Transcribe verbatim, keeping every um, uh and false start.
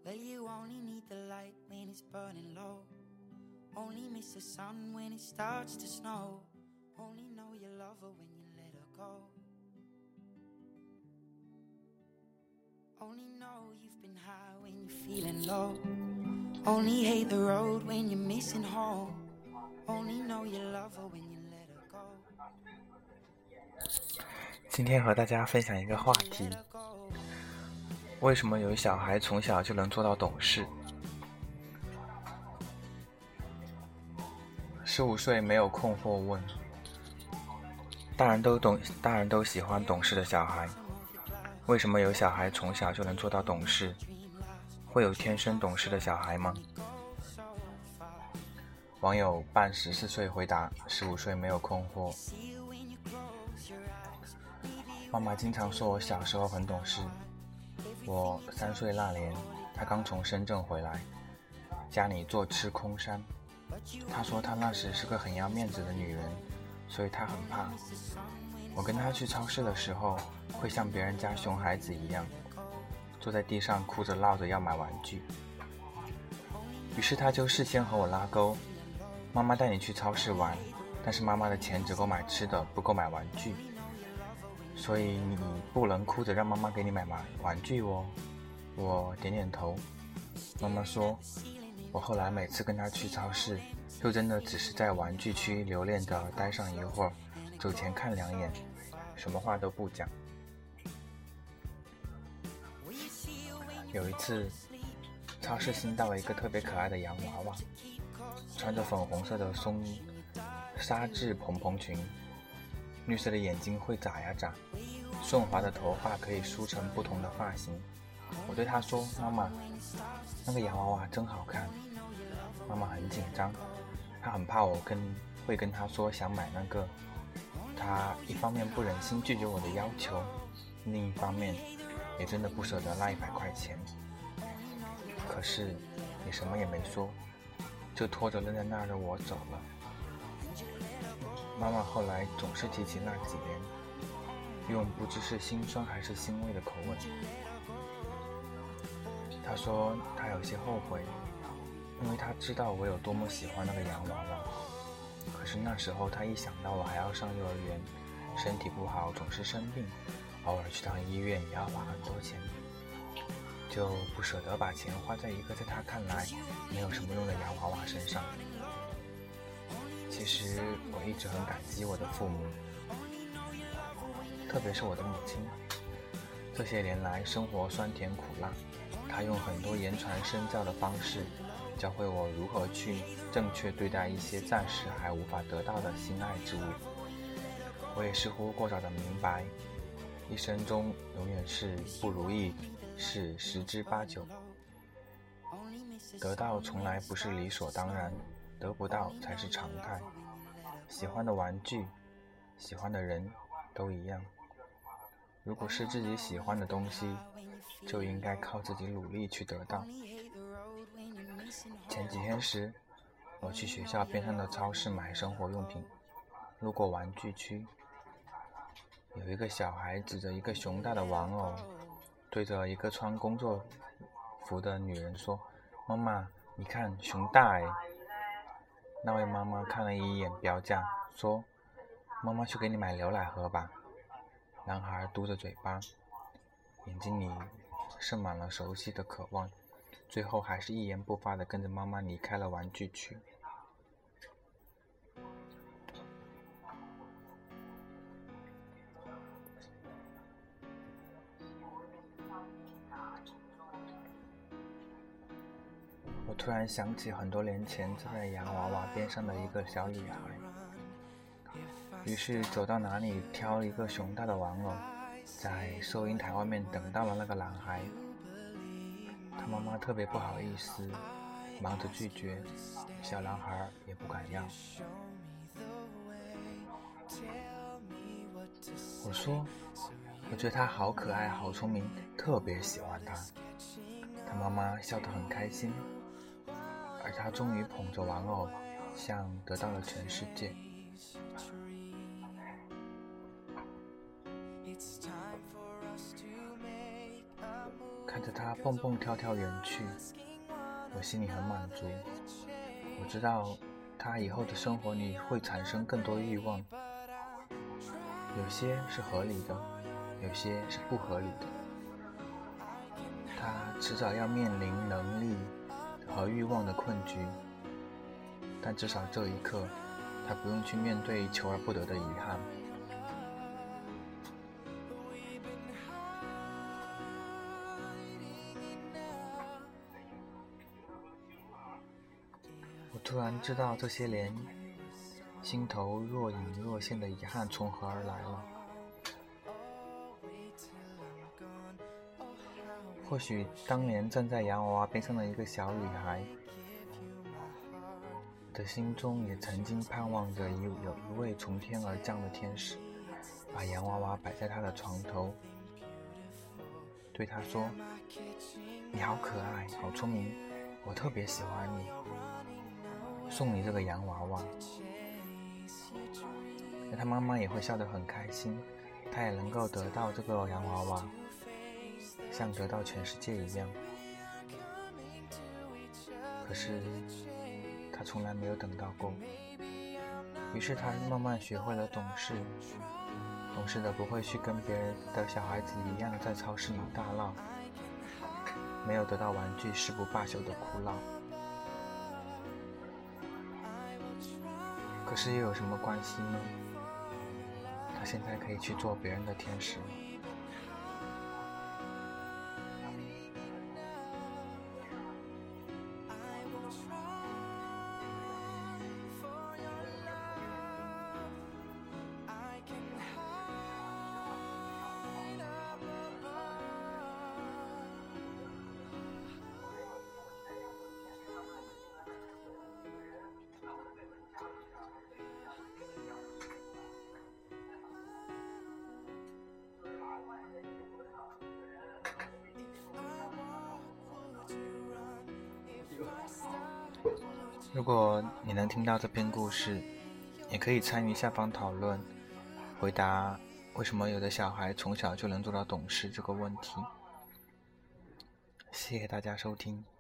Well, you only need the light when it's burning low. Only miss the sun when it starts to snow. Only know you love her when you let her go. Only know you've been high when you're feeling low. Only hate the road when you're missing home. Only know you love her when you let her go. 今天和大家分享一个话题：为什么有小孩从小就能做到懂事？十五岁没有困惑问：大人都懂，大人都喜欢懂事的小孩，为什么有小孩从小就能做到懂事？会有天生懂事的小孩吗？网友半十四岁回答：十五岁没有困惑。妈妈经常说我小时候很懂事。我三岁那年，她刚从深圳回来，家里坐吃空山。她说她那时是个很要面子的女人，所以她很怕我跟她去超市的时候，会像别人家熊孩子一样，坐在地上哭着闹着要买玩具。于是她就事先和我拉钩：妈妈带你去超市玩，但是妈妈的钱只够买吃的，不够买玩具，所以你不能哭着让妈妈给你买玩具哦。我点点头。妈妈说，我后来每次跟她去超市，就真的只是在玩具区留恋地待上一会儿，走前看两眼，什么话都不讲。有一次，超市新到了一个特别可爱的洋娃娃，穿着粉红色的松纱质蓬蓬裙，绿色的眼睛会眨呀眨，顺滑的头发可以梳成不同的发型。我对她说：妈妈，那个洋娃娃真好看。妈妈很紧张，她很怕我跟会跟她说想买那个。她一方面不忍心拒绝我的要求，另一方面也真的不舍得那一百块钱。可是你什么也没说，就拖着扔在那儿的我走了。妈妈后来总是提起那几年，用不知是心酸还是欣慰的口吻。她说她有些后悔，因为她知道我有多么喜欢那个洋娃娃。可是那时候她一想到我还要上幼儿园，身体不好总是生病，偶尔去趟医院也要花很多钱，就不舍得把钱花在一个在她看来没有什么用的洋娃娃身上。其实我一直很感激我的父母，特别是我的母亲。这些年来生活酸甜苦辣，她用很多言传身教的方式教会我如何去正确对待一些暂时还无法得到的心爱之物。我也似乎过早的明白，一生中永远是不如意是十之八九，得到从来不是理所当然，得不到才是常态。喜欢的玩具，喜欢的人都一样。如果是自己喜欢的东西，就应该靠自己努力去得到。前几天时，我去学校边上的超市买生活用品，路过玩具区，有一个小孩指着一个熊大的玩偶，对着一个穿工作服的女人说：妈妈，你看熊大哎。那位妈妈看了一眼标价，说：妈妈去给你买牛奶喝吧。男孩嘟着嘴巴，眼睛里盛满了熟悉的渴望，最后还是一言不发地跟着妈妈离开了玩具区。我突然想起很多年前站在洋娃娃边上的一个小女孩，于是走到哪里挑一个熊大的玩偶，在收银台外面等到了那个男孩。他妈妈特别不好意思，忙着拒绝，小男孩也不敢要。我说，我觉得他好可爱好聪明，特别喜欢他。他妈妈笑得很开心，而他终于捧着玩偶，像得到了全世界。 看着他蹦蹦跳跳远去，我心里很满足。我知道他以后的生活里会产生更多欲望，有些是合理的，有些是不合理的。他迟早要面临能力和欲望的困局，但至少这一刻，他不用去面对求而不得的遗憾。我突然知道这些年心头若隐若现的遗憾从何而来了。或许当年站在洋娃娃边上的一个小女孩的心中也曾经盼望着有一位从天而降的天使把洋娃娃摆在她的床头，对她说：你好可爱，好聪明，我特别喜欢你，送你这个洋娃娃。那她妈妈也会笑得很开心，她也能够得到这个洋娃娃，像得到全世界一样。可是他从来没有等到过，于是他慢慢学会了懂事，懂事的不会去跟别人的小孩子一样在超市里大闹，没有得到玩具誓不罢休的哭闹。可是又有什么关系呢？他现在可以去做别人的天使了。如果你能听到这篇故事，也可以参与下方讨论，回答为什么有的小孩从小就能做到懂事这个问题。谢谢大家收听。